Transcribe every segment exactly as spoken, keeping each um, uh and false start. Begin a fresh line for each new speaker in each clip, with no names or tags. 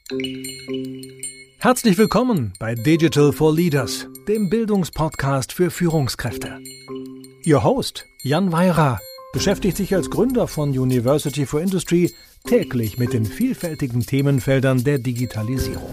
Herzlich willkommen bei Digital for Leaders, dem Bildungspodcast für Führungskräfte. Ihr Host, Jan Weira, beschäftigt sich als Gründer von University for Industry täglich mit den vielfältigen Themenfeldern der Digitalisierung.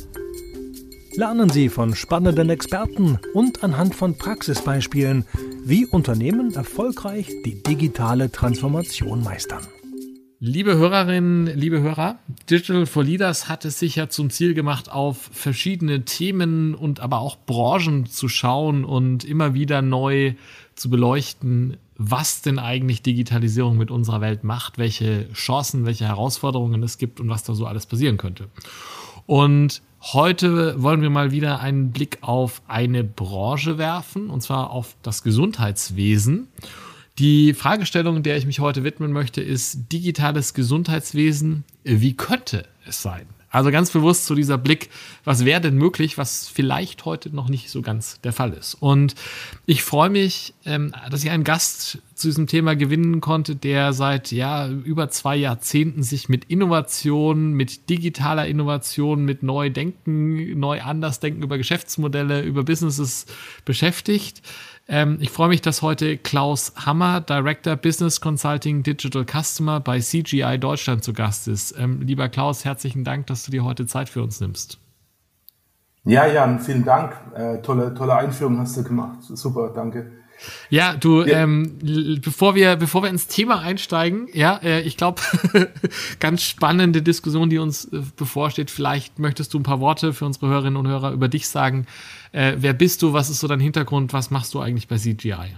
Lernen Sie von spannenden Experten und anhand von Praxisbeispielen, wie Unternehmen erfolgreich die digitale Transformation meistern.
Liebe Hörerinnen, liebe Hörer, Digital for Leaders hat es sich ja zum Ziel gemacht, auf verschiedene Themen und aber auch Branchen zu schauen und immer wieder neu zu beleuchten, was denn eigentlich Digitalisierung mit unserer Welt macht, welche Chancen, welche Herausforderungen es gibt und was da so alles passieren könnte. Und heute wollen wir mal wieder einen Blick auf eine Branche werfen, und zwar auf das Gesundheitswesen. Die Fragestellung, der ich mich heute widmen möchte, ist digitales Gesundheitswesen. Wie könnte es sein? Also ganz bewusst zu dieser Blick, was wäre denn möglich, was vielleicht heute noch nicht so ganz der Fall ist. Und ich freue mich, dass ich einen Gast zu diesem Thema gewinnen konnte, der seit ja über zwei Jahrzehnten sich mit Innovation, mit digitaler Innovation, mit Neudenken, neu anders denken über Geschäftsmodelle, über Businesses beschäftigt. Ähm, ich freue mich, dass heute Klaus Hammer, Director Business Consulting Digital Customer bei C G I Deutschland zu Gast ist. Ähm, lieber Klaus, herzlichen Dank, dass du dir heute Zeit für uns nimmst.
Ja, Jan, vielen Dank. Äh, tolle, tolle Einführung hast du gemacht. Super, danke.
Ja, du, ja. Ähm, bevor wir, bevor wir ins Thema einsteigen, ja, äh, ich glaube, ganz spannende Diskussion, die uns äh, bevorsteht. Vielleicht möchtest du ein paar Worte für unsere Hörerinnen und Hörer über dich sagen. Äh, wer bist du? Was ist so dein Hintergrund? Was machst du eigentlich bei C G I?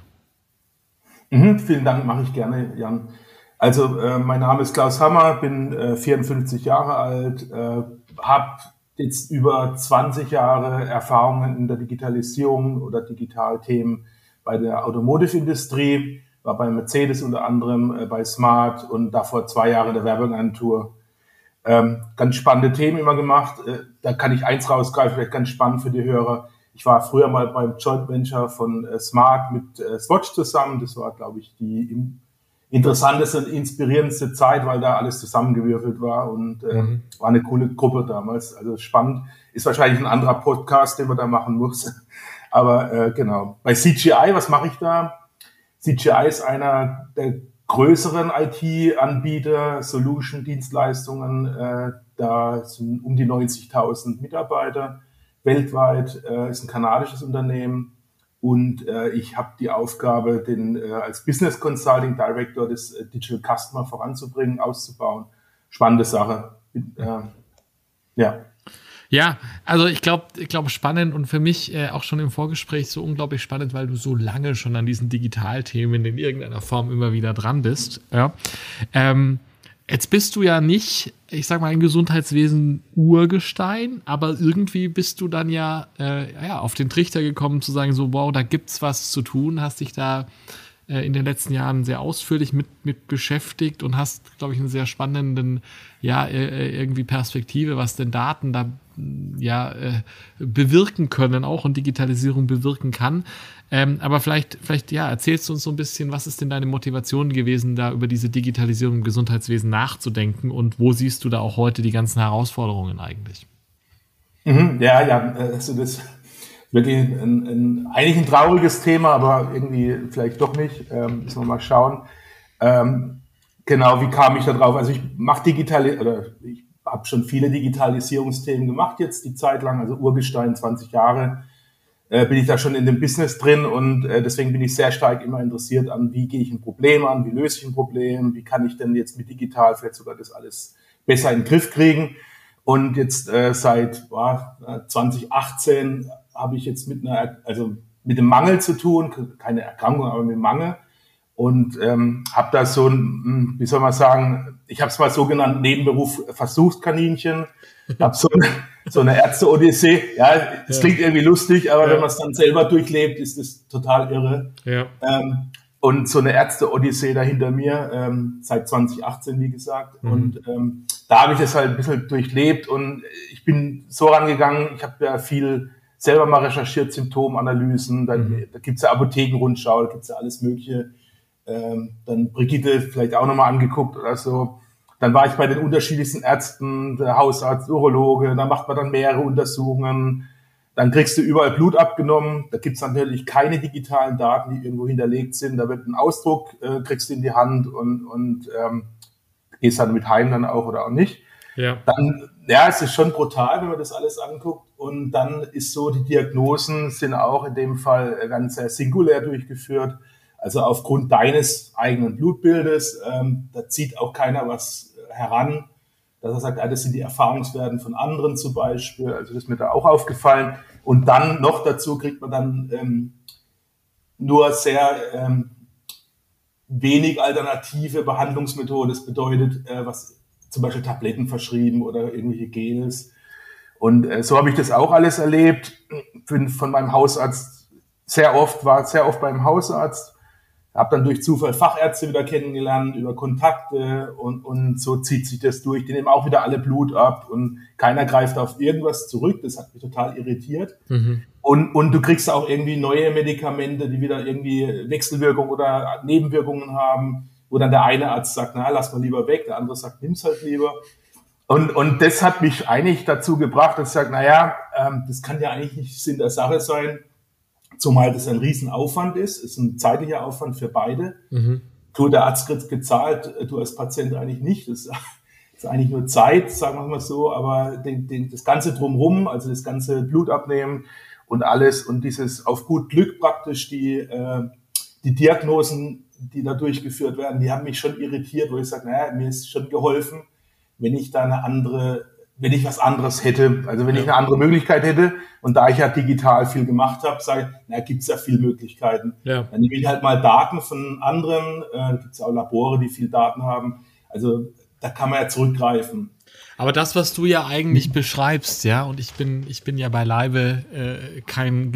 Mhm, vielen Dank, mache ich gerne, Jan. Also, äh, mein Name ist Klaus Hammer, bin äh, vierundfünfzig Jahre alt, äh, habe jetzt über zwanzig Jahre Erfahrungen in der Digitalisierung oder Digitalthemen bei der Automotive-Industrie, war bei Mercedes unter anderem, äh, bei Smart und davor zwei Jahre in der Werbeagentur. Ähm, ganz spannende Themen immer gemacht. Äh, da kann ich eins rausgreifen, vielleicht ganz spannend für die Hörer. Ich war früher mal beim Joint Venture von äh, Smart mit äh, Swatch zusammen. Das war, glaube ich, die im, interessanteste und inspirierendste Zeit, weil da alles zusammengewürfelt war und äh, mhm. war eine coole Gruppe damals. Also spannend. Ist wahrscheinlich ein anderer Podcast, den man da machen muss. Aber äh, genau. Bei C G I, was mache ich da? C G I ist einer der größeren I T-Anbieter, Solution-Dienstleistungen. Äh, da sind um die neunzigtausend Mitarbeiter weltweit. Äh, ist ein kanadisches Unternehmen. Und äh, ich habe die Aufgabe, den äh, als Business Consulting Director des äh, Digital Customer voranzubringen, auszubauen. Spannende Sache. Äh, ja.
Ja, also ich glaube, ich glaube spannend und für mich äh, auch schon im Vorgespräch so unglaublich spannend, weil du so lange schon an diesen Digitalthemen in irgendeiner Form immer wieder dran bist. Ja. Ähm, jetzt bist du ja nicht, ich sag mal, ein Gesundheitswesen Urgestein, aber irgendwie bist du dann ja, äh, ja auf den Trichter gekommen zu sagen, so wow, da gibt's was zu tun, hast dich da äh, in den letzten Jahren sehr ausführlich mit, mit beschäftigt und hast, glaube ich, einen sehr spannenden, ja, äh, irgendwie Perspektive, was denn Daten da ja äh, bewirken können auch und Digitalisierung bewirken kann. Ähm, aber vielleicht, vielleicht ja, erzählst du uns so ein bisschen, was ist denn deine Motivation gewesen, da über diese Digitalisierung im Gesundheitswesen nachzudenken und wo siehst du da auch heute die ganzen Herausforderungen eigentlich?
Mhm, ja, ja, also das ist wirklich ein, ein, eigentlich ein trauriges Thema, aber irgendwie vielleicht doch nicht. Ähm, müssen wir mal schauen. Ähm, genau, wie kam ich da drauf? Also ich mache digitale, oder ich habe schon viele Digitalisierungsthemen gemacht jetzt die Zeit lang, also Urgestein, zwanzig Jahre äh, bin ich da schon in dem Business drin und äh, deswegen bin ich sehr stark immer interessiert an, wie gehe ich ein Problem an, wie löse ich ein Problem, wie kann ich denn jetzt mit digital vielleicht sogar das alles besser in den Griff kriegen. Und jetzt äh, seit boah, zwanzig achtzehn habe ich jetzt mit einer, also mit dem Mangel zu tun, keine Erkrankung, aber mit Mangel. Und ähm, habe da so ein, wie soll man sagen, ich habe es mal so genannt, Nebenberuf Versuchskaninchen. Habe so eine, so eine Ärzte-Odyssee. Ja, es ja. klingt irgendwie lustig, aber ja. wenn man es dann selber durchlebt, ist es total irre. Ja. Ähm, und so eine Ärzte-Odyssee da hinter mir, ähm, seit zwanzig achtzehn, wie gesagt. Mhm. Und ähm, da habe ich es halt ein bisschen durchlebt und ich bin so rangegangen, ich habe ja viel selber mal recherchiert, Symptomanalysen, da, mhm. da gibt's ja Apothekenrundschau, da gibt's ja alles Mögliche. Ähm, dann Brigitte vielleicht auch nochmal angeguckt oder so. Dann war ich bei den unterschiedlichsten Ärzten, der Hausarzt, Urologe, da macht man dann mehrere Untersuchungen. Dann kriegst du überall Blut abgenommen. Da gibt's natürlich keine digitalen Daten, die irgendwo hinterlegt sind. Da wird ein Ausdruck, äh, kriegst du in die Hand und, und ähm, gehst dann mit heim dann auch oder auch nicht.
Ja.
Dann, ja, es ist schon brutal, wenn man das alles anguckt. Und dann ist so, die Diagnosen sind auch in dem Fall ganz sehr singulär durchgeführt. Also aufgrund deines eigenen Blutbildes, ähm, da zieht auch keiner was heran, dass er sagt, ah, das sind die Erfahrungswerten von anderen zum Beispiel. Also das ist mir da auch aufgefallen. Und dann noch dazu kriegt man dann ähm, nur sehr ähm, wenig alternative Behandlungsmethoden. Das bedeutet, äh, was zum Beispiel Tabletten verschrieben oder irgendwelche Gels. Und äh, so habe ich das auch alles erlebt. Bin von meinem Hausarzt sehr oft, war sehr oft beim Hausarzt. Habe dann durch Zufall Fachärzte wieder kennengelernt, über Kontakte und, und so zieht sich das durch. Die nehmen auch wieder alle Blut ab und keiner greift auf irgendwas zurück. Das hat mich total irritiert. Mhm. Und, und du kriegst auch irgendwie neue Medikamente, die wieder irgendwie Wechselwirkungen oder Nebenwirkungen haben, wo dann der eine Arzt sagt, na, lass mal lieber weg, der andere sagt, nimm's halt lieber. Und, und das hat mich eigentlich dazu gebracht, dass ich sage, na ja, ähm, das kann ja eigentlich nicht Sinn der Sache sein, zumal das ein Riesenaufwand ist, ist ein zeitlicher Aufwand für beide. Mhm. Du, der Arzt kriegt gezahlt, du als Patient eigentlich nicht. Das ist eigentlich nur Zeit, sagen wir mal so, aber den, den, das Ganze drumherum, also das ganze Blut abnehmen und alles und dieses auf gut Glück praktisch, die, äh, die Diagnosen, die da durchgeführt werden, die haben mich schon irritiert, wo ich sage, naja, mir ist schon geholfen, wenn ich da eine andere wenn ich was anderes hätte, also wenn ich eine andere Möglichkeit hätte und da ich ja digital viel gemacht habe, sage ich, na, gibt's ja viele Möglichkeiten. Ja. Dann nehme ich halt mal Daten von anderen, äh, gibt's auch Labore, die viel Daten haben, also da kann man ja zurückgreifen.
Aber das, was du ja eigentlich beschreibst, ja, und ich bin, ich bin ja beileibe äh, kein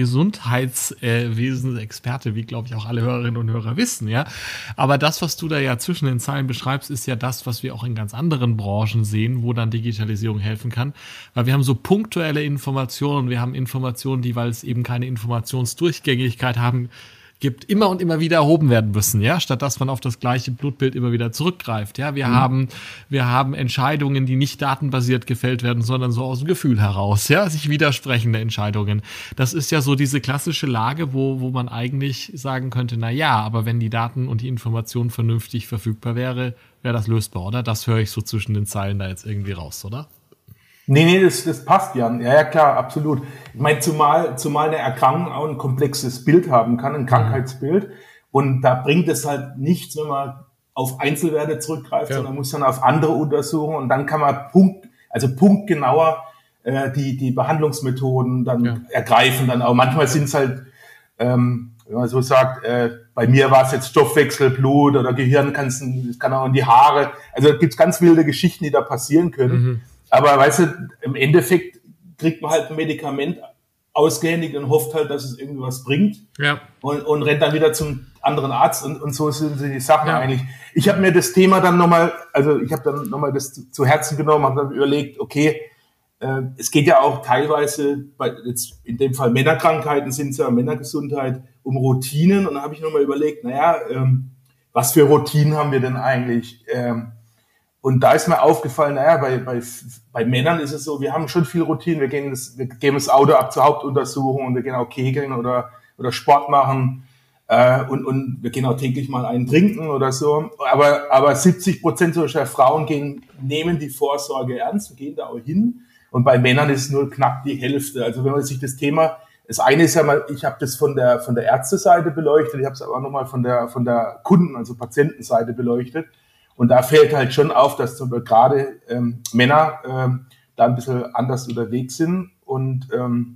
Gesundheitswesensexperte, äh, wie glaube ich auch alle Hörerinnen und Hörer wissen, ja. Aber das, was du da ja zwischen den Zeilen beschreibst, ist ja das, was wir auch in ganz anderen Branchen sehen, wo dann Digitalisierung helfen kann. Weil wir haben so punktuelle Informationen, wir haben Informationen, die, weil es eben keine Informationsdurchgängigkeit haben, gibt, immer und immer wieder erhoben werden müssen, ja, statt dass man auf das gleiche Blutbild immer wieder zurückgreift, ja. Wir mhm. haben, wir haben Entscheidungen, die nicht datenbasiert gefällt werden, sondern so aus dem Gefühl heraus, ja, sich widersprechende Entscheidungen. Das ist ja so diese klassische Lage, wo, wo man eigentlich sagen könnte, na ja, aber wenn die Daten und die Information vernünftig verfügbar wäre, wäre das lösbar, oder? Das höre ich so zwischen den Zeilen da jetzt irgendwie raus, oder?
Nee, nee, das, das passt, Jan. Ja, ja, klar, absolut. Ich meine, zumal, zumal eine Erkrankung auch ein komplexes Bild haben kann, ein Krankheitsbild. Und da bringt es halt nichts, wenn man auf Einzelwerte zurückgreift, ja. sondern muss dann auf andere Untersuchungen und dann kann man punkt, also punktgenauer äh, die, die Behandlungsmethoden dann ja. ergreifen dann auch. Manchmal sind es halt, ähm, wenn man so sagt, äh, bei mir war es jetzt Stoffwechsel, Blut oder Gehirn, kann's, das kann auch in die Haare. Also da gibt's ganz wilde Geschichten, die da passieren können. Mhm. Aber weißt du, im Endeffekt kriegt man halt ein Medikament ausgehändigt und hofft halt, dass es irgendwie was bringt. Ja. Und, und rennt dann wieder zum anderen Arzt und, und so sind die Sachen ja. eigentlich. Ich habe mir das Thema dann nochmal, also ich habe dann nochmal das zu, zu Herzen genommen, habe dann überlegt, okay, äh, es geht ja auch teilweise, bei jetzt in dem Fall Männerkrankheiten sind es ja Männergesundheit, um Routinen. Und dann habe ich nochmal überlegt, naja, ähm, was für Routinen haben wir denn eigentlich? Ähm, Und da ist mir aufgefallen, naja, bei, bei, bei Männern ist es so, wir haben schon viel Routine, wir gehen das, wir geben das Auto ab zur Hauptuntersuchung und wir gehen auch kegeln oder, oder Sport machen, äh, und, und wir gehen auch täglich mal einen trinken oder so. Aber, aber siebzig Prozent solcher Frauen gehen, nehmen die Vorsorge ernst und gehen da auch hin. Und bei Männern ist es nur knapp die Hälfte. Also wenn man sich das Thema, das eine ist ja mal, ich habe das von der, von der Ärzteseite beleuchtet, ich habe es aber auch nochmal von der, von der Kunden, also Patientenseite beleuchtet. Und da fällt halt schon auf, dass gerade ähm, Männer ähm, da ein bisschen anders unterwegs sind. Und ähm,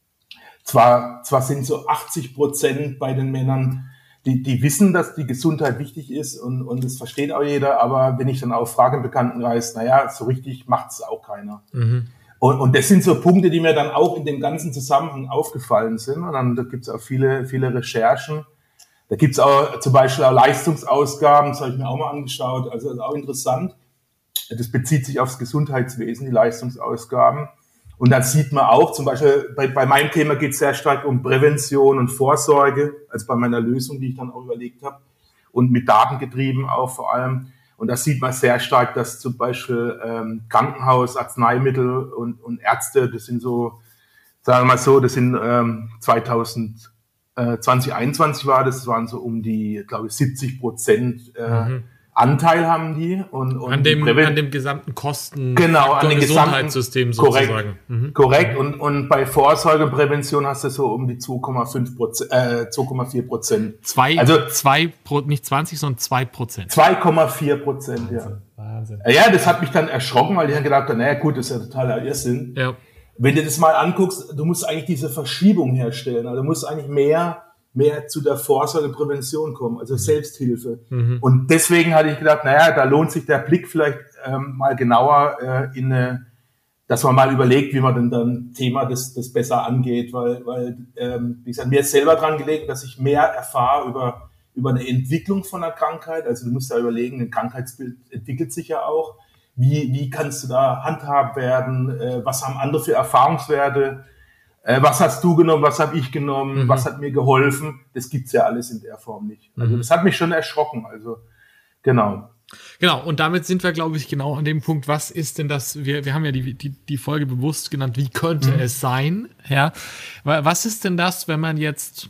zwar zwar sind so achtzig Prozent bei den Männern, die die wissen, dass die Gesundheit wichtig ist und und das versteht auch jeder. Aber wenn ich dann auch frage im Bekanntenkreis, naja, so richtig macht es auch keiner. Mhm. Und, und das sind so Punkte, die mir dann auch in dem ganzen Zusammenhang aufgefallen sind. Und dann da gibt es auch viele viele Recherchen. Da gibt's auch zum Beispiel auch Leistungsausgaben, das habe ich mir auch mal angeschaut, also das ist auch interessant. Das bezieht sich aufs Gesundheitswesen, die Leistungsausgaben. Und dann sieht man auch, zum Beispiel bei, bei meinem Thema geht es sehr stark um Prävention und Vorsorge, also bei meiner Lösung, die ich dann auch überlegt habe. Und mit Daten getrieben auch vor allem. Und das sieht man sehr stark, dass zum Beispiel ähm, Krankenhaus, Arzneimittel und, und Ärzte, das sind so, sagen wir mal so, das sind ähm, zweitausend, äh, zwanzig einundzwanzig war das, das waren so um die, glaube ich, siebzig Prozent äh, mhm. Anteil haben die. Und, und
an, dem,
Präven-
an dem gesamten Kosten
genau, an dem
Gesundheitssystem
korrekt,
sozusagen. Mhm.
Korrekt. Und, und bei Vorsorgeprävention hast du so um die zwei Komma fünf Prozent, äh, zwei Komma vier Prozent.
Zwei,
also
zwei, nicht zwanzig, sondern zwei Prozent.
zwei Komma vier Prozent, ja.
Wahnsinn.
Ja, das hat mich dann erschrocken, weil ich dann gedacht habe, naja gut, das ist ja totaler Irrsinn.
Ja.
Wenn du das mal anguckst, du musst eigentlich diese Verschiebung herstellen. Also du musst eigentlich mehr mehr zu der Vorsorgeprävention kommen, also Selbsthilfe. Mhm. Und deswegen hatte ich gedacht, naja, da lohnt sich der Blick vielleicht ähm, mal genauer äh, in eine, dass man mal überlegt, wie man denn dann Thema das, das besser angeht, weil, weil ähm, wie gesagt, mir ist selber dran gelegen, dass ich mehr erfahre über, über eine Entwicklung von einer Krankheit. Also du musst da überlegen, ein Krankheitsbild entwickelt sich ja auch. Wie, wie kannst du da handhabt werden? Äh, was haben andere für Erfahrungswerte? Äh, was hast du genommen, was habe ich genommen, mhm. was hat mir geholfen? Das gibt's ja alles in der Form nicht. Also das hat mich schon erschrocken. Also genau.
Genau, und damit sind wir, glaube ich, genau an dem Punkt, was ist denn das, wir, wir haben ja die, die, die Folge bewusst genannt, wie könnte mhm. es sein? Ja, was ist denn das, wenn man jetzt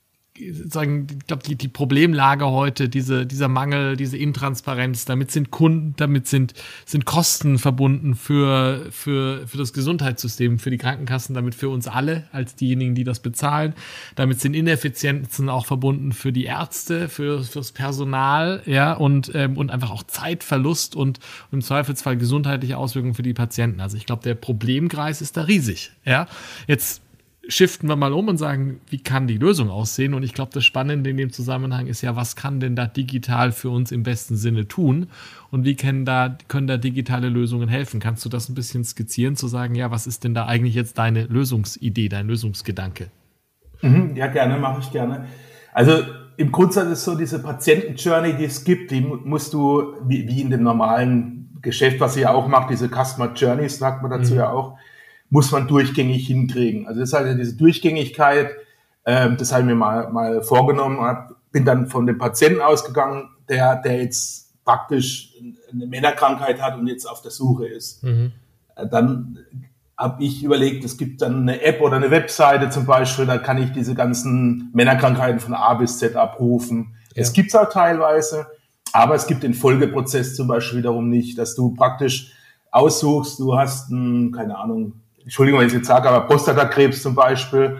sagen, ich glaube, die, die Problemlage heute, diese, dieser Mangel, diese Intransparenz, damit sind Kunden, damit sind, sind Kosten verbunden für, für, für das Gesundheitssystem, für die Krankenkassen, damit für uns alle, als diejenigen, die das bezahlen. Damit sind Ineffizienzen auch verbunden für die Ärzte, für, fürs Personal, ja, und, ähm, und einfach auch Zeitverlust und, und im Zweifelsfall gesundheitliche Auswirkungen für die Patienten. Also ich glaube, der Problemkreis ist da riesig, ja. Jetzt shiften wir mal um und sagen, wie kann die Lösung aussehen? Und ich glaube, das Spannende in dem Zusammenhang ist ja, was kann denn da digital für uns im besten Sinne tun? Und wie können da, können da digitale Lösungen helfen? Kannst du das ein bisschen skizzieren, zu sagen, ja, was ist denn da eigentlich jetzt deine Lösungsidee, dein Lösungsgedanke?
Mhm, ja, gerne, mache ich gerne. Also im Grundsatz ist so, diese Patienten-Journey, die es gibt, die musst du, wie, wie in dem normalen Geschäft, was ihr ja auch macht, diese Customer Journeys, sagt man dazu mhm. ja auch, muss man durchgängig hinkriegen. Also das ist halt diese Durchgängigkeit, ähm, das habe ich mir mal, mal vorgenommen, hab, bin dann von dem Patienten ausgegangen, der, der jetzt praktisch eine Männerkrankheit hat und jetzt auf der Suche ist. Mhm. Dann habe ich überlegt, es gibt dann eine App oder eine Webseite zum Beispiel, da kann ich diese ganzen Männerkrankheiten von A bis Z abrufen. Ja. Es gibt's auch teilweise, aber es gibt den Folgeprozess zum Beispiel wiederum nicht, dass du praktisch aussuchst, du hast ein, keine Ahnung, Entschuldigung, wenn ich jetzt sage, aber Prostatakrebs zum Beispiel.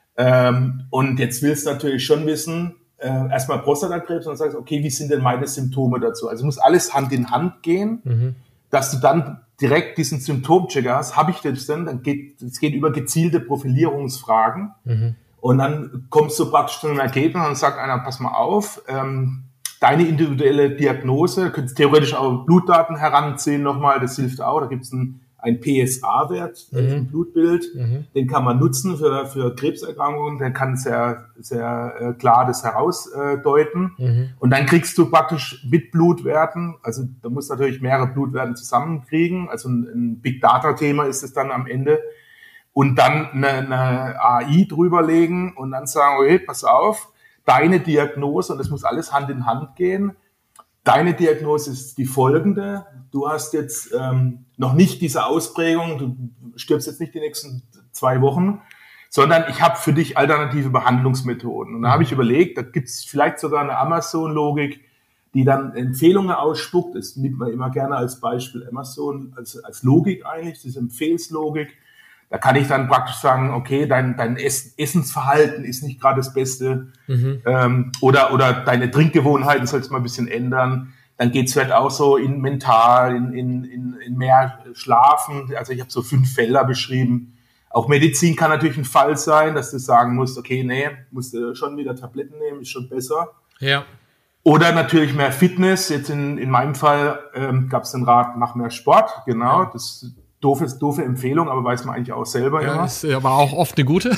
Ähm, und jetzt willst du natürlich schon wissen, äh, erstmal Prostatakrebs und dann sagst, okay, wie sind denn meine Symptome dazu? Also muss alles Hand in Hand gehen, mhm. dass du dann direkt diesen Symptomchecker hast. Habe ich das denn? Dann geht es geht über gezielte Profilierungsfragen. Mhm. Und dann kommst du praktisch zu einem Ergebnis und sagt einer, pass mal auf, ähm, deine individuelle Diagnose, du könntest theoretisch auch Blutdaten heranziehen nochmal, das hilft auch, da gibt es ein ein P S A-Wert, mhm. ein Blutbild, mhm. den kann man nutzen für, für Krebserkrankungen, der kann sehr, sehr äh, klar das herausdeuten. Äh, mhm. Und dann kriegst du praktisch mit Blutwerten, also da musst du natürlich mehrere Blutwerten zusammenkriegen, also ein, ein Big-Data-Thema ist es dann am Ende, und dann eine, eine A I drüberlegen und dann sagen, okay, pass auf, deine Diagnose, und das muss alles Hand in Hand gehen, deine Diagnose ist die folgende. Du hast jetzt ähm, noch nicht diese Ausprägung, du stirbst jetzt nicht die nächsten zwei Wochen, sondern ich habe für dich alternative Behandlungsmethoden. Und da habe ich überlegt, da gibt es vielleicht sogar eine Amazon-Logik, die dann Empfehlungen ausspuckt. Das nimmt man immer gerne als Beispiel Amazon, als, als Logik eigentlich, diese Empfehlslogik. Da kann ich dann praktisch sagen, okay, dein, dein Ess- Essensverhalten ist nicht gerade das Beste, mhm. ähm, oder, oder deine Trinkgewohnheiten sollst du mal ein bisschen ändern. Dann geht's vielleicht auch so in mental, in, in, in, in mehr Schlafen. Also ich habe so fünf Felder beschrieben. Auch Medizin kann natürlich ein Fall sein, dass du sagen musst, okay, nee, musst du schon wieder Tabletten nehmen, ist schon besser.
Ja.
Oder natürlich mehr Fitness. Jetzt in, in meinem Fall ähm, gab es den Rat, mach mehr Sport. Genau, ja. das Doofe, doofe Empfehlung, aber weiß man eigentlich auch selber
ja,
immer.
Ist aber auch oft eine gute.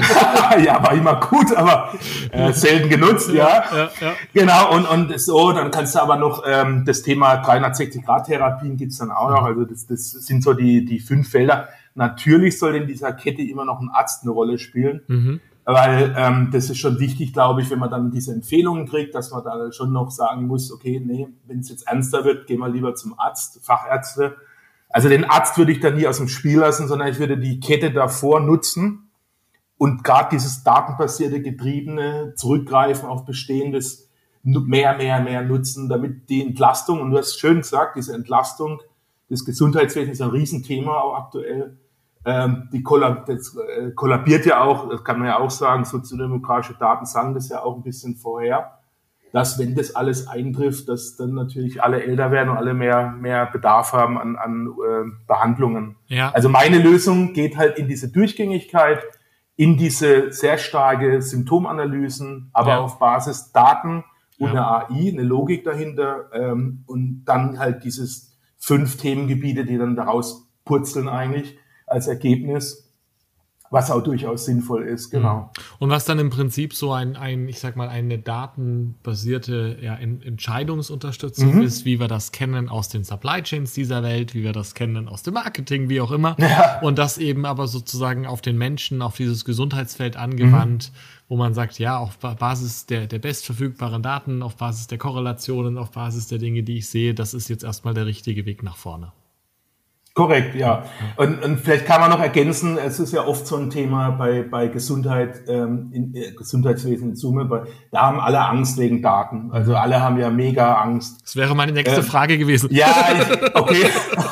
Ja, war immer gut, aber äh, selten genutzt, ja. ja, ja, ja. Genau, und, und so, dann kannst du aber noch ähm, das Thema dreihundertsechzig Grad Therapien gibt's dann auch noch. Also das, das sind so die, die fünf Felder. Natürlich soll in dieser Kette immer noch ein Arzt eine Rolle spielen. Mhm. weil ähm, das ist schon wichtig, glaube ich, wenn man dann diese Empfehlungen kriegt, dass man da schon noch sagen muss, okay, nee, wenn es jetzt ernster wird, gehen wir lieber zum Arzt, Fachärzte. Also den Arzt würde ich dann nie aus dem Spiel lassen, sondern ich würde die Kette davor nutzen und gerade dieses datenbasierte, getriebene Zurückgreifen auf Bestehendes mehr, mehr, mehr nutzen, damit die Entlastung, und du hast schön gesagt, diese Entlastung des Gesundheitswesens ist ein Riesenthema auch aktuell. Ähm, die kollab- das, äh, kollabiert ja auch, das kann man ja auch sagen, soziodemografische Daten sagen das ja auch ein bisschen vorher, dass wenn das alles eintrifft, dass dann natürlich alle älter werden und alle mehr mehr Bedarf haben an, an äh, Behandlungen. Ja. Also meine Lösung geht halt in diese Durchgängigkeit, in diese sehr starke Symptomanalysen, aber ja. auf Basis Daten und ja. eine A I, eine Logik dahinter ähm, und dann halt dieses fünf Themengebiete, die dann daraus purzeln eigentlich als Ergebnis, was auch durchaus sinnvoll ist, genau.
Und was dann im Prinzip so ein, ein ich sag mal, eine datenbasierte ja, Entscheidungsunterstützung mhm. ist, wie wir das kennen aus den Supply Chains dieser Welt, wie wir das kennen aus dem Marketing, wie auch immer. Ja. Und das eben aber sozusagen auf den Menschen, auf dieses Gesundheitsfeld angewandt, mhm. wo man sagt, ja, auf Basis der, der bestverfügbaren Daten, auf Basis der Korrelationen, auf Basis der Dinge, die ich sehe, das ist jetzt erstmal der richtige Weg nach vorne.
Korrekt, ja. Und, und vielleicht kann man noch ergänzen, es ist ja oft so ein Thema bei, bei Gesundheit, ähm, in, äh, Gesundheitswesen in Summe, bei, da haben alle Angst wegen Daten. Also alle haben ja mega Angst.
Das wäre meine nächste äh, Frage gewesen.
Ja, ich, okay.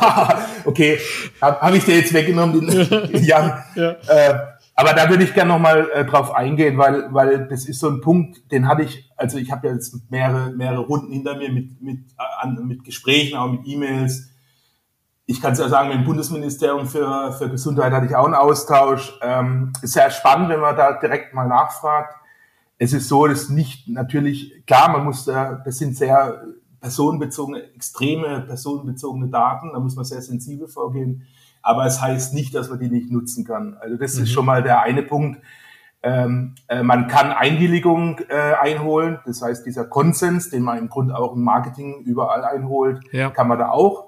okay, habe hab ich dir jetzt weggenommen, den Jan. Ja. Äh, aber da würde ich gerne nochmal äh, drauf eingehen, weil, weil das ist so ein Punkt, den hatte ich, also ich habe ja jetzt mehrere, mehrere Runden hinter mir mit, mit, an, mit Gesprächen, auch mit E-Mails. Ich kann es ja sagen, mit dem Bundesministerium für, für Gesundheit hatte ich auch einen Austausch. Ähm, ist sehr spannend, wenn man da direkt mal nachfragt. Es ist so, dass nicht natürlich, klar, man muss da, das sind sehr personenbezogene, extreme personenbezogene Daten, da muss man sehr sensibel vorgehen. Aber es heißt nicht, dass man die nicht nutzen kann. Also das mhm. ist schon mal der eine Punkt. Ähm, äh, man kann Einwilligung äh, einholen. Das heißt, dieser Konsens, den man im Grunde auch im Marketing überall einholt, ja. kann man da auch.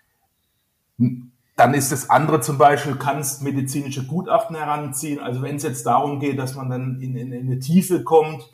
Dann ist das andere zum Beispiel, kannst medizinische Gutachten heranziehen. Also wenn es jetzt darum geht, dass man dann in, in, in eine Tiefe kommt,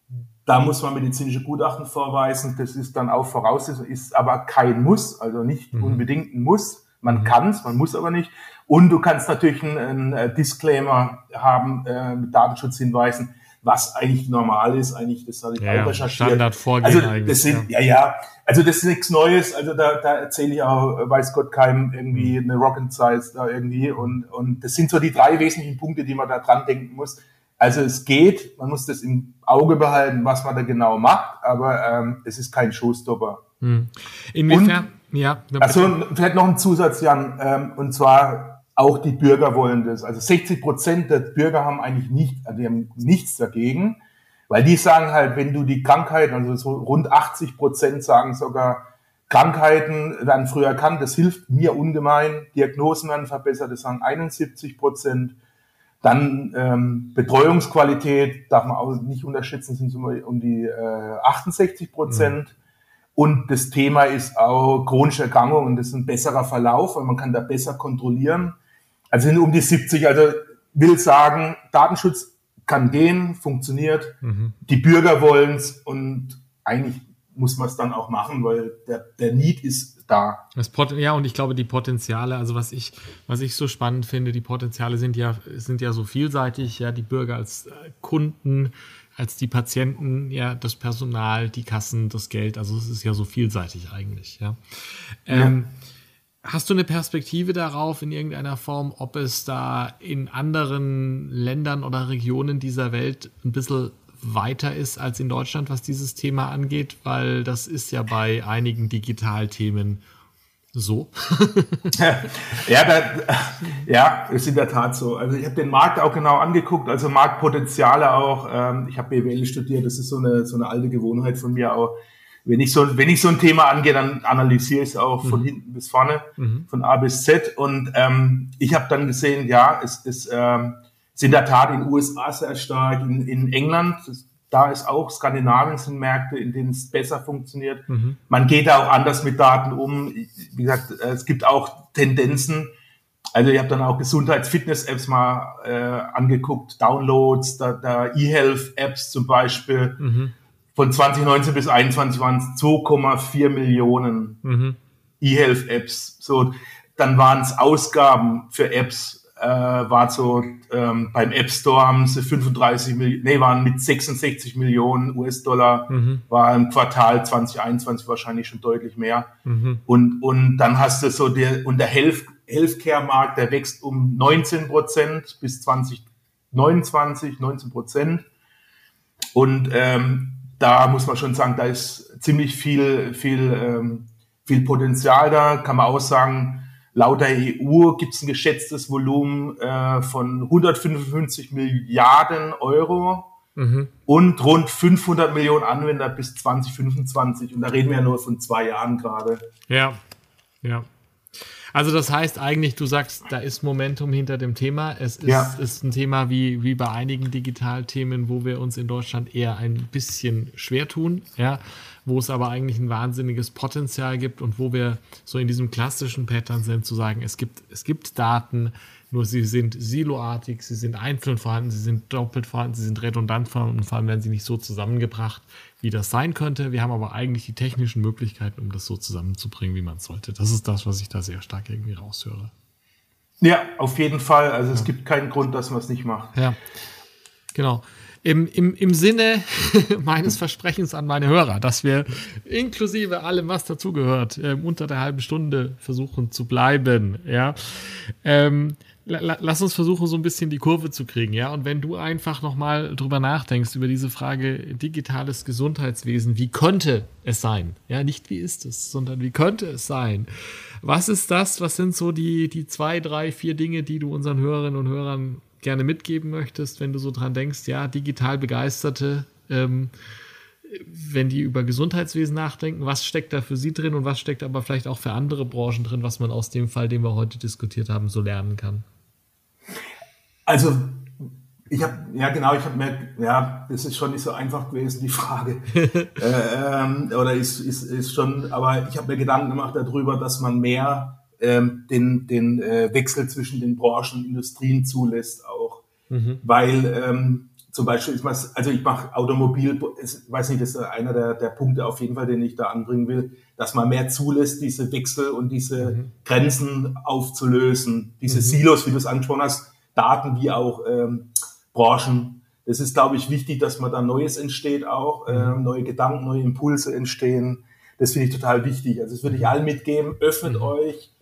da muss man medizinische Gutachten vorweisen. Das ist dann auch Voraussetzung, ist aber kein Muss, also nicht mhm. unbedingt ein Muss. Man mhm. kann es, man muss aber nicht. Und du kannst natürlich einen, einen Disclaimer haben äh, mit Datenschutzhinweisen, was eigentlich normal ist, eigentlich, das habe ich ja, auch recherchiert.
Standardvorgehen
also,
eigentlich.
Das sind, ja. ja, ja, also das ist nichts Neues, also da, da erzähle ich auch, weiß Gott, keinem irgendwie eine Rocket Science da irgendwie und, und das sind so die drei wesentlichen Punkte, die man da dran denken muss. Also es geht, man muss das im Auge behalten, was man da genau macht, aber ähm, es ist kein Showstopper.
Hm. Inwiefern? Und, ja.
Also vielleicht noch ein Zusatz, Jan, ähm, und zwar auch die Bürger wollen das. Also sechzig Prozent der Bürger haben eigentlich nicht, also die haben nichts dagegen, weil die sagen halt, wenn du die Krankheiten, also so rund achtzig Prozent sagen sogar, Krankheiten werden früher erkannt, das hilft mir ungemein, Diagnosen werden verbessert, das sagen einundsiebzig Prozent. Dann ähm, Betreuungsqualität darf man auch nicht unterschätzen, sind so um die äh, achtundsechzig Prozent. Mhm. Und das Thema ist auch chronische Erkrankungen, das ist ein besserer Verlauf, weil man kann da besser kontrollieren. Also sind um die siebzig, also will sagen, Datenschutz kann gehen, funktioniert, mhm. die Bürger wollen es und eigentlich muss man es dann auch machen, weil der, der Need ist da.
Das Pot- ja, und ich glaube, die Potenziale, also was ich, was ich so spannend finde, die Potenziale sind ja, sind ja so vielseitig, ja, die Bürger als Kunden, als die Patienten, ja, das Personal, die Kassen, das Geld, also es ist ja so vielseitig eigentlich, ja. Ähm, ja. Hast du eine Perspektive darauf in irgendeiner Form, ob es da in anderen Ländern oder Regionen dieser Welt ein bisschen weiter ist als in Deutschland, was dieses Thema angeht? Weil das ist ja bei einigen Digitalthemen so.
ja, da, ja, ist in der Tat so. Also ich habe den Markt auch genau angeguckt, also Marktpotenziale auch. Ähm, ich habe B W L studiert, das ist so eine so eine alte Gewohnheit von mir auch. Wenn ich so wenn ich so ein Thema angehe, dann analysiere ich es auch mhm. von hinten bis vorne, mhm. von A bis Z. Und ähm, ich habe dann gesehen, ja, es ist ähm, ist in der Tat in den U S A sehr stark, in, in England, das, da ist auch Skandinavien sind Märkte, in denen es besser funktioniert. Mhm. Man geht da auch anders mit Daten um. Wie gesagt, es gibt auch Tendenzen, also ich habe dann auch Gesundheits-Fitness-Apps mal äh, angeguckt, Downloads, da, da E-Health-Apps zum Beispiel. Mhm. Von zwanzig neunzehn bis einundzwanzig waren es zwei Komma vier Millionen mhm. E-Health-Apps. So, dann waren es Ausgaben für Apps, äh, war so, ähm, beim App Store haben sie fünfunddreißig Millionen, nee, waren mit sechsundsechzig Millionen U S-Dollar, mhm. war im Quartal zwanzig einundzwanzig wahrscheinlich schon deutlich mehr. Mhm. Und, und dann hast du so der, und der Health, Healthcare-Markt, der wächst um neunzehn Prozent bis zwanzig neunundzwanzig, neunzehn Prozent. Und, ähm, da muss man schon sagen, da ist ziemlich viel, viel, ähm, viel Potenzial da, kann man auch sagen. Laut der E U gibt es ein geschätztes Volumen äh, von hundertfünfundfünfzig Milliarden Euro mhm. und rund fünfhundert Millionen Anwender bis zwanzig fünfundzwanzig. Und da reden wir ja nur von zwei Jahren gerade.
Ja, ja. Also das heißt eigentlich, du sagst, da ist Momentum hinter dem Thema. Es ist, ja. ist ein Thema wie, wie bei einigen Digitalthemen, wo wir uns in Deutschland eher ein bisschen schwer tun, ja, wo es aber eigentlich ein wahnsinniges Potenzial gibt und wo wir so in diesem klassischen Pattern sind, zu sagen, es gibt, es gibt Daten, nur sie sind siloartig, sie sind einzeln vorhanden, sie sind doppelt vorhanden, sie sind redundant vorhanden und vor allem werden sie nicht so zusammengebracht, wie das sein könnte. Wir haben aber eigentlich die technischen Möglichkeiten, um das so zusammenzubringen, wie man es sollte. Das ist das, was ich da sehr stark irgendwie raushöre.
Ja, auf jeden Fall. Also es ja. gibt keinen Grund, dass man es nicht macht.
Ja, genau. Im, im, im Sinne meines Versprechens an meine Hörer, dass wir inklusive allem, was dazugehört, äh, unter der halben Stunde versuchen zu bleiben. Ja, ähm, la, lass uns versuchen, so ein bisschen die Kurve zu kriegen. Ja, und wenn du einfach nochmal drüber nachdenkst, über diese Frage digitales Gesundheitswesen, wie könnte es sein? Ja, nicht wie ist es, sondern wie könnte es sein? Was ist das? Was sind so die, die zwei, drei, vier Dinge, die du unseren Hörerinnen und Hörern gerne mitgeben möchtest, wenn du so dran denkst, ja, digital Begeisterte, ähm, wenn die über Gesundheitswesen nachdenken, was steckt da für sie drin und was steckt aber vielleicht auch für andere Branchen drin, was man aus dem Fall, den wir heute diskutiert haben, so lernen kann?
Also, ich habe, ja genau, ich habe mir, ja, das ist schon nicht so einfach gewesen, die Frage, äh, ähm, oder ist, ist, ist schon, aber ich habe mir Gedanken gemacht darüber, dass man mehr ähm, den, den äh, Wechsel zwischen den Branchen und Industrien zulässt auch, mhm. weil ähm, zum Beispiel, ich mach, also ich mache Automobil, ich weiß nicht, das ist einer der, der Punkte auf jeden Fall, den ich da anbringen will, dass man mehr zulässt, diese Wechsel und diese mhm. Grenzen aufzulösen, diese mhm. Silos, wie du es angesprochen hast, Daten wie auch ähm, Branchen. Das ist, glaube ich, wichtig, dass man da Neues entsteht auch, mhm. äh, neue Gedanken, neue Impulse entstehen. Das finde ich total wichtig. Also das würde ich allen mitgeben, öffnet mhm. euch,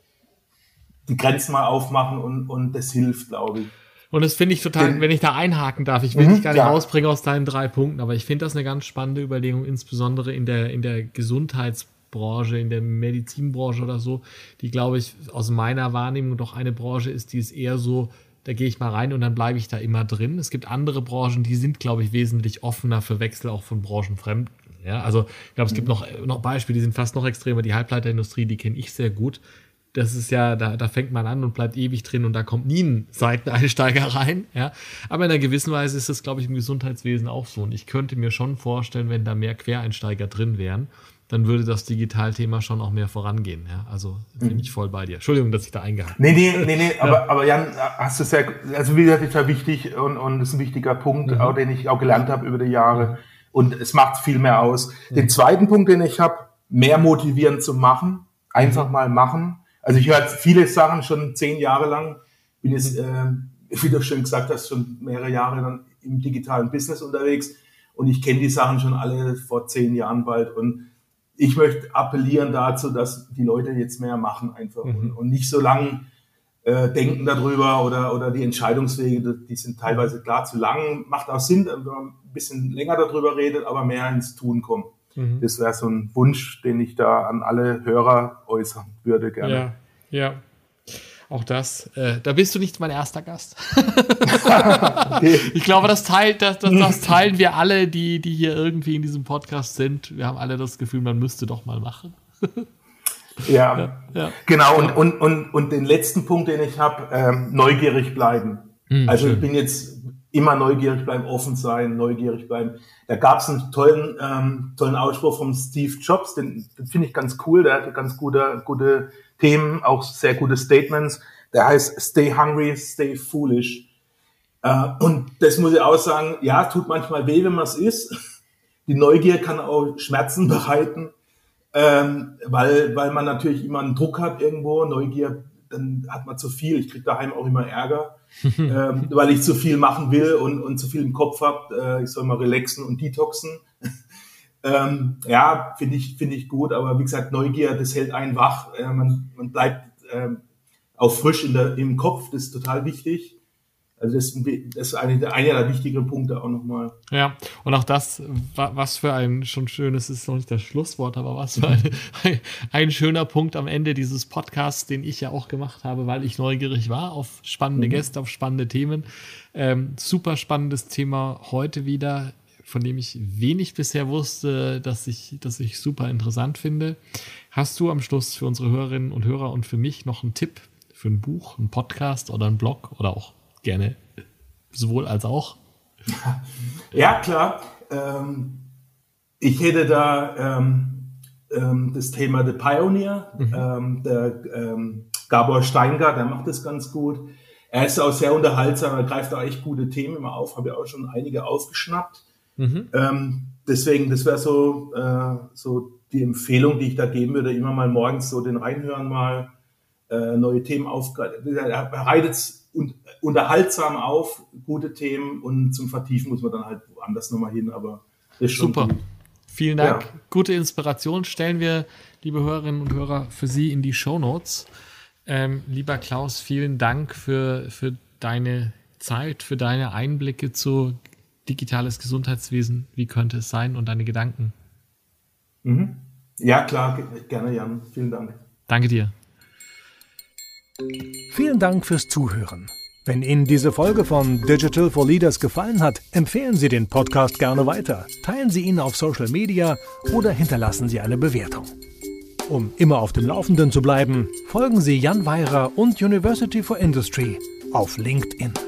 die Grenzen mal aufmachen und, und das hilft, glaube ich.
Und das finde ich total, Den, wenn ich da einhaken darf, ich will dich gar nicht ja. rausbringen aus deinen drei Punkten, aber ich finde das eine ganz spannende Überlegung, insbesondere in der, in der Gesundheitsbranche, in der Medizinbranche oder so, die, glaube ich, aus meiner Wahrnehmung doch eine Branche ist, die ist eher so, da gehe ich mal rein und dann bleibe ich da immer drin. Es gibt andere Branchen, die sind, glaube ich, wesentlich offener für Wechsel, auch von Branchenfremden. Ja, also ich glaube, es gibt noch, noch Beispiele, die sind fast noch extremer. Die Halbleiterindustrie, die kenne ich sehr gut. Das ist ja, da, da fängt man an und bleibt ewig drin und da kommt nie ein Seiteneinsteiger rein. Ja. Aber in einer gewissen Weise ist das, glaube ich, im Gesundheitswesen auch so. Und ich könnte mir schon vorstellen, wenn da mehr Quereinsteiger drin wären, dann würde das Digitalthema schon auch mehr vorangehen. Ja. Also bin mhm. ich voll bei dir. Entschuldigung, dass ich da eingehakt habe.
Nee, nee, nee, nee. Ja. Aber, aber Jan, hast du sehr, also wie gesagt, ist ja wichtig und, und das ist ein wichtiger Punkt, mhm. auch, den ich auch gelernt habe über die Jahre. Mhm. Und es macht viel mehr aus. Mhm. Den zweiten Punkt, den ich habe, mehr motivieren zu machen, einfach mhm. mal machen. Also ich höre viele Sachen schon zehn Jahre lang, bin jetzt, äh, wie du schon gesagt hast, schon mehrere Jahre dann im digitalen Business unterwegs und ich kenne die Sachen schon alle vor zehn Jahren bald und ich möchte appellieren dazu, dass die Leute jetzt mehr machen einfach mhm. und, und nicht so lange äh, denken darüber oder, oder die Entscheidungswege, die sind teilweise klar zu lang, macht auch Sinn, wenn man ein bisschen länger darüber redet, aber mehr ins Tun kommt. Mhm. Das wäre so ein Wunsch, den ich da an alle Hörer äußern würde gerne.
Ja, ja. Auch das, äh, da bist du nicht mein erster Gast. Okay. Ich glaube, das, teilt, das, das, das teilen wir alle, die, die hier irgendwie in diesem Podcast sind. Wir haben alle das Gefühl, man müsste doch mal machen.
Ja, ja, ja. Genau. Und, und, und, und den letzten Punkt, den ich habe, ähm, neugierig bleiben. Mhm, also schön. Ich bin jetzt immer neugierig bleiben, offen sein, neugierig bleiben. Da gab es einen tollen, ähm, tollen Ausspruch von Steve Jobs, den, den finde ich ganz cool, der hatte ganz gute, gute Themen, auch sehr gute Statements. Der heißt Stay Hungry, Stay Foolish. Äh, und das muss ich auch sagen, ja, tut manchmal weh, wenn man es isst. Die Neugier kann auch Schmerzen bereiten, ähm, weil, weil man natürlich immer einen Druck hat irgendwo. Neugier, dann hat man zu viel. Ich kriege daheim auch immer Ärger, ähm, weil ich zu viel machen will und, und zu viel im Kopf habe. Äh, ich soll mal relaxen und detoxen. ähm, ja, finde ich, finde ich gut. Aber wie gesagt, Neugier, das hält einen wach. Äh, man, man bleibt äh, auch frisch in der, im Kopf. Das ist total wichtig. Also das, das ist eine der, einer der wichtigen Punkte auch nochmal.
Ja, und auch das, was für ein schon schönes, ist noch nicht das Schlusswort, aber was für ein, ein, ein schöner Punkt am Ende dieses Podcasts, den ich ja auch gemacht habe, weil ich neugierig war auf spannende mhm. Gäste, auf spannende Themen. Ähm, super spannendes Thema heute wieder, von dem ich wenig bisher wusste, dass ich, dass ich super interessant finde. Hast du am Schluss für unsere Hörerinnen und Hörer und für mich noch einen Tipp für ein Buch, einen Podcast oder einen Blog oder auch gerne sowohl als auch?
Ja, klar. Ähm, ich hätte da ähm, ähm, das Thema The Pioneer. Mhm. Ähm, der ähm, Gabor Steingart, der macht das ganz gut. Er ist auch sehr unterhaltsam, er greift auch echt gute Themen immer auf. Habe ja auch schon einige aufgeschnappt. Mhm. Ähm, deswegen, das wäre so, äh, so die Empfehlung, die ich da geben würde. Immer mal morgens so den reinhören, mal äh, neue Themen aufgreifen. Er bereitet es und unterhaltsam auf, gute Themen, und zum Vertiefen muss man dann halt woanders nochmal hin, aber das ist schon
super.
Gut.
Vielen Dank.
Ja.
Gute Inspiration stellen wir, liebe Hörerinnen und Hörer, für Sie in die Shownotes. Ähm, lieber Klaus, vielen Dank für, für deine Zeit, für deine Einblicke zu digitales Gesundheitswesen. Wie könnte es sein, und deine Gedanken?
Mhm. Ja, klar, gerne, Jan. Vielen Dank.
Danke dir.
Vielen Dank fürs Zuhören. Wenn Ihnen diese Folge von Digital for Leaders gefallen hat, empfehlen Sie den Podcast gerne weiter, teilen Sie ihn auf Social Media oder hinterlassen Sie eine Bewertung. Um immer auf dem Laufenden zu bleiben, folgen Sie Jan Weyra und University for Industry auf LinkedIn.